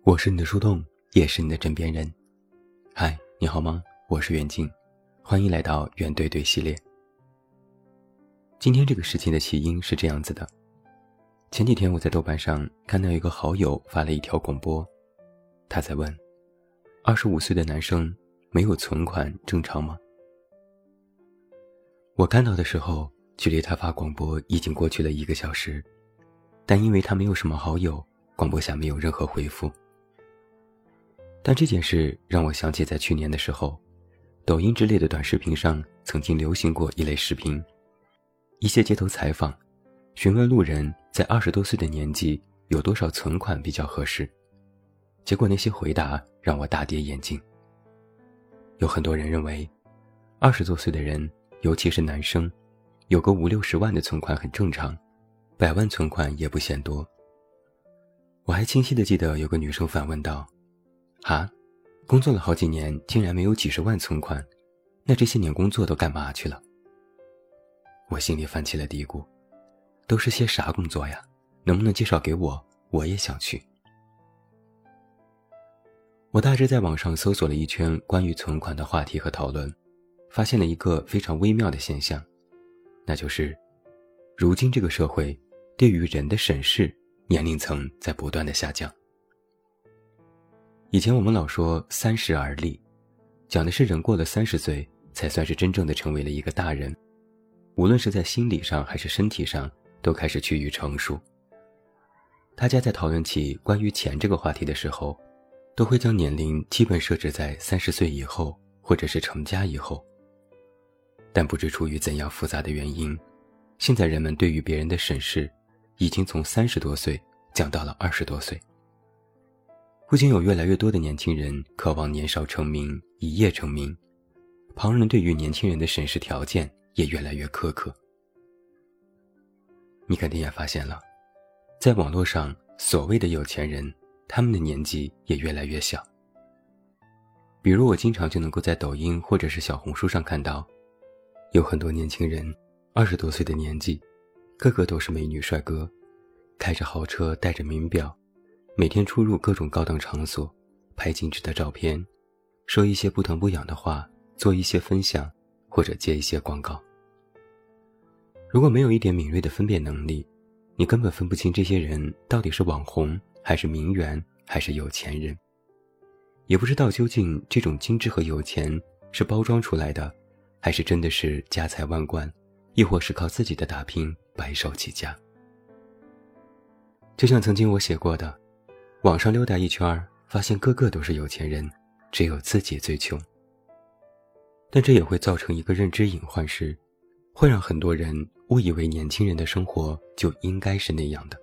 我是你的树洞，也是你的枕边人。嗨，你好吗？我是远近，欢迎来到远对对系列。今天这个事情的起因是这样子的。前几天我在豆瓣上看到一个好友发了一条广播，他在问25岁的男生没有存款正常吗？我看到的时候，距离他发广播已经过去了1个小时，但因为他没有什么好友，广播下没有任何回复。但这件事让我想起在去年的时候，抖音之类的短视频上曾经流行过一类视频，一些街头采访，询问路人在20多岁的年纪有多少存款比较合适。结果那些回答让我大跌眼镜。有很多人认为20多岁的人，尤其是男生，有个50-60万的存款很正常，100万存款也不嫌多。我还清晰地记得有个女生反问道，工作了好几年竟然没有几十万存款，那这些年工作都干嘛去了？我心里泛起了嘀咕，都是些啥工作呀？能不能介绍给我？我也想去。我大致在网上搜索了一圈关于存款的话题和讨论，发现了一个非常微妙的现象，那就是如今这个社会对于人的审视年龄层在不断的下降。以前我们老说30而立，讲的是人过了30岁才算是真正的成为了一个大人，无论是在心理上还是身体上都开始趋于成熟。大家在讨论起关于钱这个话题的时候，都会将年龄基本设置在30岁以后，或者是成家以后。但不知出于怎样复杂的原因，现在人们对于别人的审视已经从30多岁降到了20多岁。不仅有越来越多的年轻人渴望年少成名，一夜成名，旁人对于年轻人的审视条件也越来越苛刻。你肯定也发现了，在网络上所谓的有钱人，他们的年纪也越来越小。比如我经常就能够在抖音或者是小红书上看到，有很多年轻人20多岁的年纪，个个都是美女帅哥，开着豪车，戴着名表，每天出入各种高档场所，拍精致的照片，说一些不疼不痒的话，做一些分享，或者接一些广告。如果没有一点敏锐的分辨能力，你根本分不清这些人到底是网红还是名媛还是有钱人，也不知道究竟这种精致和有钱是包装出来的，还是真的是家财万贯，亦或是靠自己的打拼白手起家。就像曾经我写过的，网上溜达一圈，发现个个都是有钱人，只有自己最穷。但这也会造成一个认知隐患，是会让很多人误以为年轻人的生活就应该是那样的。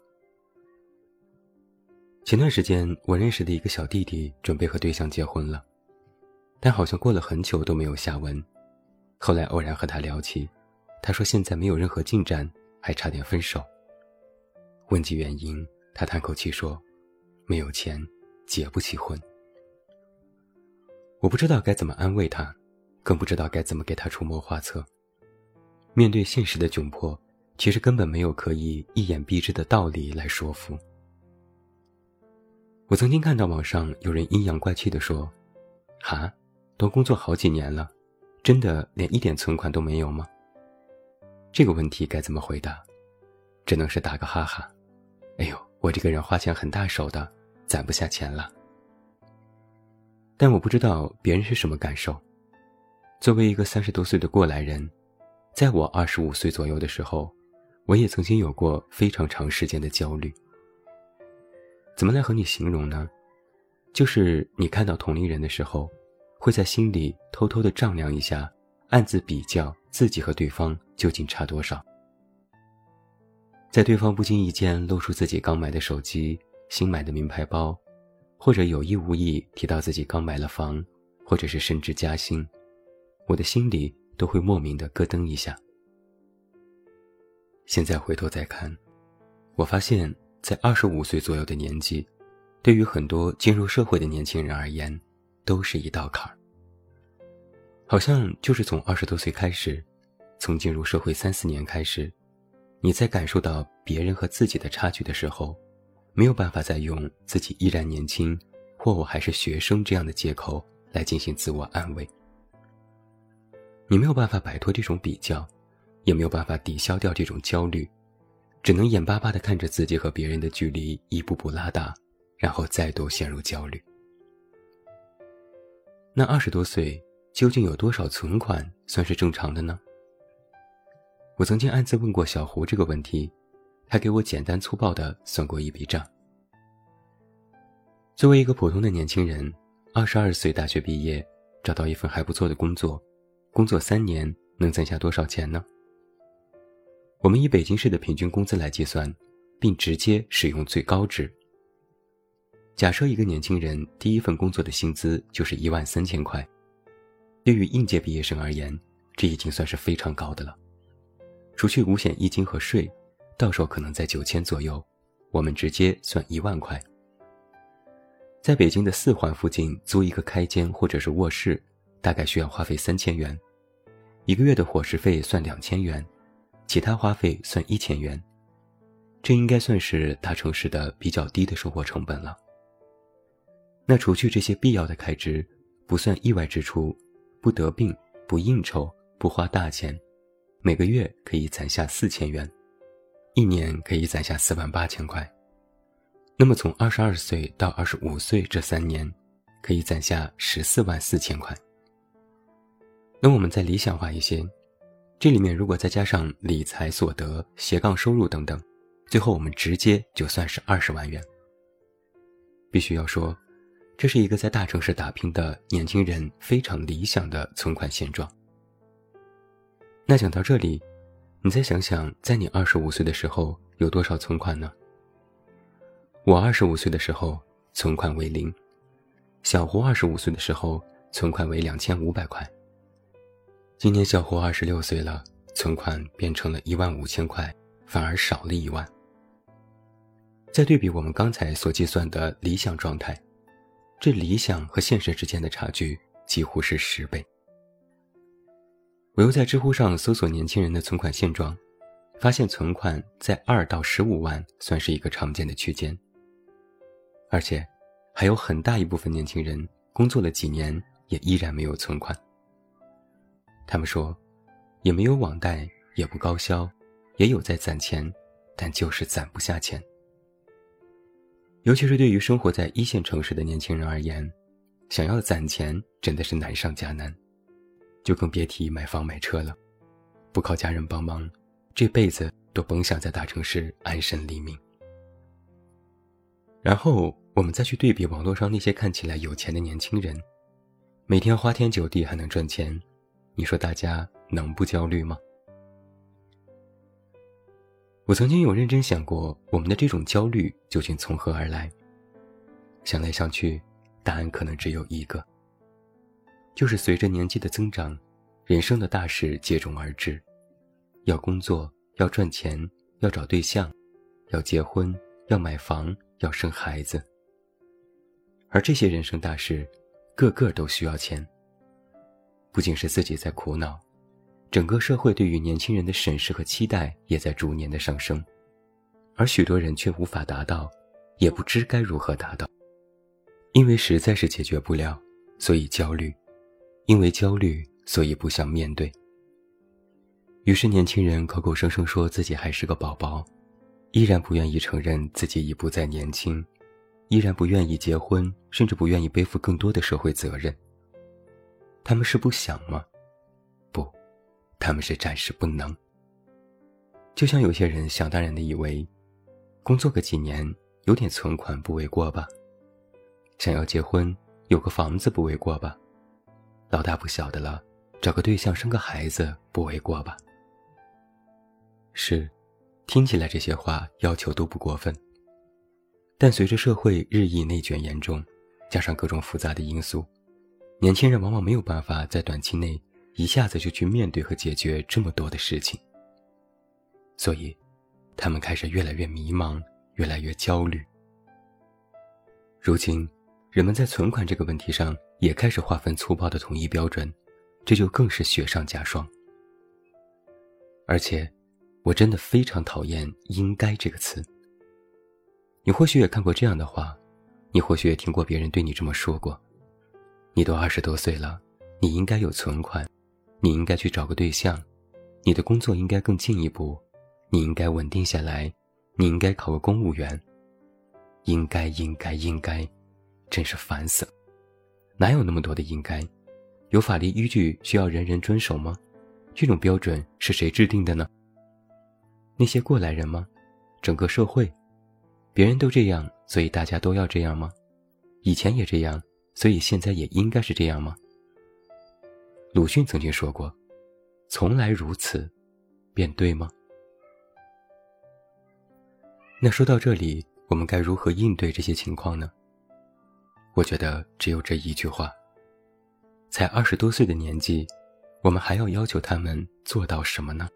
前段时间我认识的一个小弟弟准备和对象结婚了，但好像过了很久都没有下文。后来偶然和他聊起，他说现在没有任何进展，还差点分手。问及原因，他叹口气说，没有钱，结不起婚。我不知道该怎么安慰他，更不知道该怎么给他出谋划策。面对现实的窘迫，其实根本没有可以一言蔽之的道理来说服。我曾经看到网上有人阴阳怪气地说，都工作好几年了，真的连一点存款都没有吗？这个问题该怎么回答？只能是打个哈哈，哎呦，我这个人花钱很大手的，攒不下钱了。但我不知道别人是什么感受。作为一个30多岁的过来人，在我25岁左右的时候，我也曾经有过非常长时间的焦虑。怎么来和你形容呢？就是你看到同龄人的时候，会在心里偷偷地丈量一下，暗自比较自己和对方究竟差多少。在对方不经意间露出自己刚买的手机、新买的名牌包，或者有意无意提到自己刚买了房，或者是升职加薪，我的心里都会莫名地咯噔一下。现在回头再看，我发现在25岁左右的年纪，对于很多进入社会的年轻人而言，都是一道坎儿。好像就是从20多岁开始，从进入社会3-4年开始，你在感受到别人和自己的差距的时候， 没有办法再用自己依然年轻或我还是学生这样的借口来进行自我安慰。你没有办法摆脱这种比较，也没有办法抵消掉这种焦虑，只能眼巴巴地看着自己和别人的距离一步步拉大，然后再度陷入焦虑。那20多岁究竟有多少存款算是正常的呢？我曾经暗自问过小胡这个问题，他给我简单粗暴地算过一笔账。作为一个普通的年轻人，22岁大学毕业，找到一份还不错的工作，工作3年能攒下多少钱呢？我们以北京市的平均工资来计算，并直接使用最高值。假设一个年轻人第一份工作的薪资就是13000块，对于应届毕业生而言，这已经算是非常高的了。除去五险一金和税，到手可能在9000左右，我们直接算1万块。在北京的4环附近租一个开间或者是卧室，大概需要花费3000元，一个月的伙食费算2000元，其他花费算1000元，这应该算是大城市的比较低的生活成本了。那除去这些必要的开支，不算意外支出，不得病，不应酬，不花大钱，每个月可以攒下4000元，一年可以攒下48000块。那么从22岁到25岁这3年，可以攒下144000块。那我们再理想化一些，这里面如果再加上理财所得、斜杠收入等等，最后我们直接就算是20万元。必须要说，这是一个在大城市打拼的年轻人非常理想的存款现状。那讲到这里，你再想想，在你25岁的时候有多少存款呢？我25岁的时候存款为0，小胡25岁的时候存款为2500块。今年小胡26岁了，存款变成了15000块，反而少了1万。再对比我们刚才所计算的理想状态，这理想和现实之间的差距几乎是10倍。我又在知乎上搜索年轻人的存款现状，发现存款在2到15万算是一个常见的区间。而且还有很大一部分年轻人工作了几年也依然没有存款。他们说，也没有网贷，也不高消，也有在攒钱，但就是攒不下钱。尤其是对于生活在1线城市的年轻人而言，想要攒钱真的是难上加难，就更别提买房买车了。不靠家人帮忙，这辈子都甭想在大城市安身立命。然后我们再去对比网络上那些看起来有钱的年轻人，每天花天酒地还能赚钱，你说大家能不焦虑吗？我曾经有认真想过，我们的这种焦虑究竟从何而来？想来想去，答案可能只有一个，就是随着年纪的增长，人生的大事接踵而至，要工作，要赚钱，要找对象，要结婚，要买房，要生孩子。而这些人生大事，个个都需要钱。不仅是自己在苦恼，整个社会对于年轻人的审视和期待也在逐年的上升，而许多人却无法达到，也不知该如何达到。因为实在是解决不了，所以焦虑；因为焦虑，所以不想面对。于是年轻人口口声声说自己还是个宝宝，依然不愿意承认自己已不再年轻，依然不愿意结婚，甚至不愿意背负更多的社会责任。他们是不想吗？不，他们是暂时不能。就像有些人想当然地以为，工作个几年，有点存款不为过吧？想要结婚，有个房子不为过吧？老大不小的了，找个对象生个孩子不为过吧？是，听起来这些话要求都不过分。但随着社会日益内卷严重，加上各种复杂的因素，年轻人往往没有办法在短期内一下子就去面对和解决这么多的事情。所以，他们开始越来越迷茫，越来越焦虑。如今，人们在存款这个问题上也开始划分粗暴的统一标准，这就更是雪上加霜。而且，我真的非常讨厌“应该”这个词。 你或许也看过这样的话，你或许也听过别人对你这么说过。你都20多岁了，你应该有存款，你应该去找个对象，你的工作应该更进一步，你应该稳定下来，你应该考个公务员。应该，真是烦死了。哪有那么多的应该？有法律依据需要人人遵守吗？这种标准是谁制定的呢？那些过来人吗？整个社会？别人都这样，所以大家都要这样吗？以前也这样，所以现在也应该是这样吗？鲁迅曾经说过，从来如此，便对吗？那说到这里，我们该如何应对这些情况呢？我觉得只有这一句话：才20多岁的年纪，我们还要求他们做到什么呢？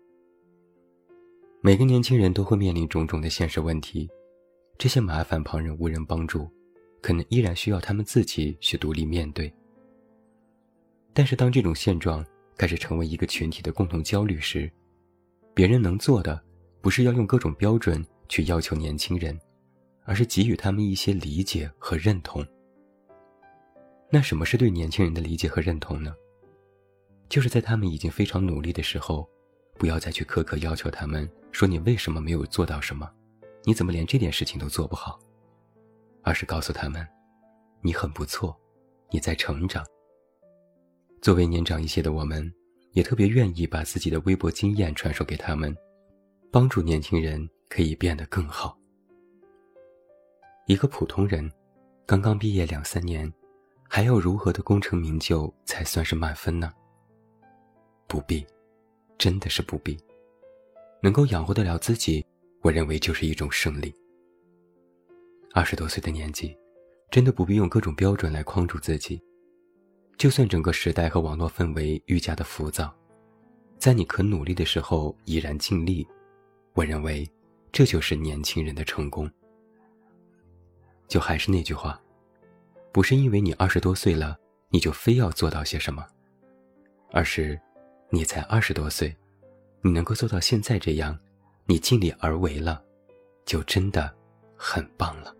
每个年轻人都会面临种种的现实问题，这些麻烦旁人无人帮助，可能依然需要他们自己去独立面对。但是当这种现状开始成为一个群体的共同焦虑时，别人能做的不是要用各种标准去要求年轻人，而是给予他们一些理解和认同。那什么是对年轻人的理解和认同呢？就是在他们已经非常努力的时候，不要再去苛刻要求他们，说你为什么没有做到什么，你怎么连这点事情都做不好，而是告诉他们，你很不错，你在成长。作为年长一些的我们，也特别愿意把自己的微薄经验传授给他们，帮助年轻人可以变得更好。一个普通人，刚刚毕业2、3年，还要如何的功成名就才算是满分呢？不必，真的是不必。能够养活得了自己，我认为就是一种胜利。20多岁的年纪，真的不必用各种标准来框住自己。就算整个时代和网络氛围愈加的浮躁，在你可努力的时候依然尽力，我认为这就是年轻人的成功。就还是那句话，不是因为你20多岁了，你就非要做到些什么，而是你才20多岁，你能够做到现在这样，你尽力而为了，就真的很棒了。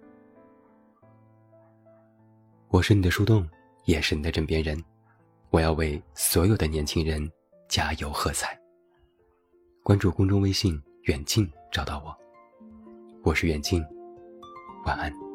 我是你的树洞，也是你的枕边人，我要为所有的年轻人加油喝彩。关注公众微信远近找到我，我是远近，晚安。